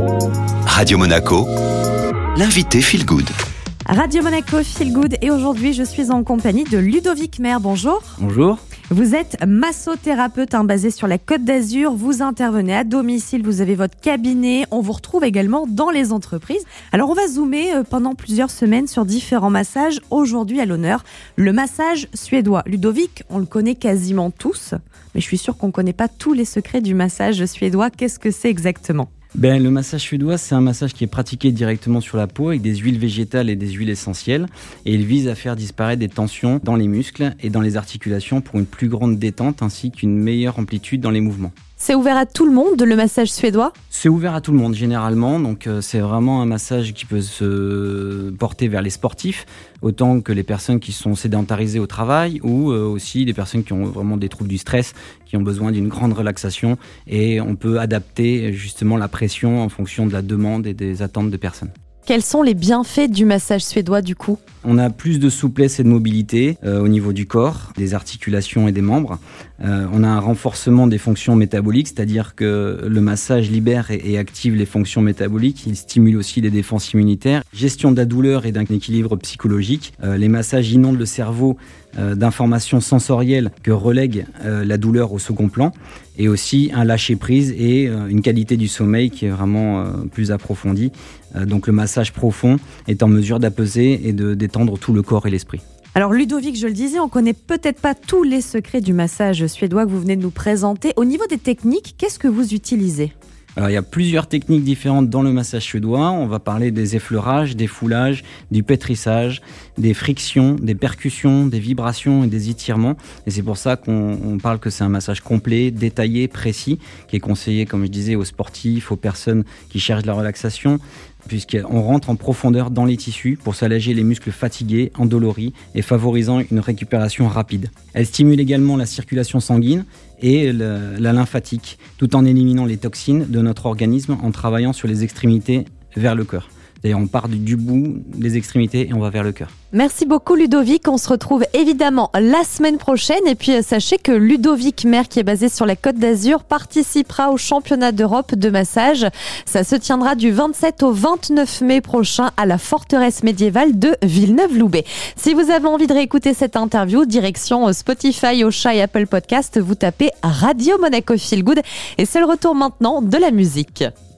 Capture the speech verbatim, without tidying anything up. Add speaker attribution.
Speaker 1: Radio Monaco, l'invité Feel Good.
Speaker 2: Radio Monaco Feel Good et aujourd'hui je suis en compagnie de Ludovic Mer. Bonjour.
Speaker 3: Bonjour.
Speaker 2: Vous êtes massothérapeute hein, basé sur la Côte d'Azur. Vous intervenez à domicile, vous avez votre cabinet. On vous retrouve également dans les entreprises. Alors on va zoomer euh, pendant plusieurs semaines sur différents massages. Aujourd'hui à l'honneur, le massage suédois. Ludovic, on le connaît quasiment tous, mais je suis sûre qu'on ne connaît pas tous les secrets du massage suédois. Qu'est-ce que c'est exactement ?
Speaker 3: Ben, le massage suédois, c'est un massage qui est pratiqué directement sur la peau avec des huiles végétales et des huiles essentielles. Et il vise à faire disparaître des tensions dans les muscles et dans les articulations pour une plus grande détente ainsi qu'une meilleure amplitude dans les mouvements.
Speaker 2: C'est ouvert à tout le monde, le massage suédois ?
Speaker 3: C'est ouvert à tout le monde généralement, donc euh, c'est vraiment un massage qui peut se porter vers les sportifs, autant que les personnes qui sont sédentarisées au travail ou euh, aussi les personnes qui ont vraiment des troubles du stress, qui ont besoin d'une grande relaxation et on peut adapter justement la pression en fonction de la demande et des attentes de personnes.
Speaker 2: Quels sont les bienfaits du massage suédois du coup ?
Speaker 3: On a plus de souplesse et de mobilité euh, au niveau du corps, des articulations et des membres. Euh, on a un renforcement des fonctions métaboliques, c'est-à-dire que le massage libère et, et active les fonctions métaboliques. Il stimule aussi les défenses immunitaires. Gestion de la douleur et d'un équilibre psychologique. Euh, les massages inondent le cerveau euh, d'informations sensorielles que relègue euh, la douleur au second plan. Et aussi un lâcher-prise et euh, une qualité du sommeil qui est vraiment euh, plus approfondie. Euh, donc le massage profond est en mesure d'apaiser et de détendre tout le corps et l'esprit.
Speaker 2: Alors Ludovic, je le disais, on ne connaît peut-être pas tous les secrets du massage suédois que vous venez de nous présenter. Au niveau des techniques, qu'est-ce que vous utilisez ?
Speaker 3: Alors, il y a plusieurs techniques différentes dans le massage suédois. On va parler des effleurages, des foulages, du pétrissage, des frictions, des percussions, des vibrations et des étirements. Et c'est pour ça qu'on on parle que c'est un massage complet, détaillé, précis, qui est conseillé, comme je disais, aux sportifs, aux personnes qui cherchent de la relaxation, puisqu'on rentre en profondeur dans les tissus pour s'alléger les muscles fatigués, endoloris et favorisant une récupération rapide. Elle stimule également la circulation sanguine et le, la lymphatique, tout en éliminant les toxines de notre organisme en travaillant sur les extrémités vers le cœur. D'ailleurs, on part du, du bout des extrémités et on va vers le cœur.
Speaker 2: Merci beaucoup Ludovic, on se retrouve évidemment la semaine prochaine et puis sachez que Ludovic Mer qui est basé sur la Côte d'Azur participera au championnat d'Europe de massage. Ça se tiendra du vingt-sept au vingt-neuf mai prochain à la forteresse médiévale de Villeneuve-Loubet. Si vous avez envie de réécouter cette interview, direction Spotify, Ocha et Apple Podcast, vous tapez Radio Monaco Feel Good et c'est le retour maintenant de la musique.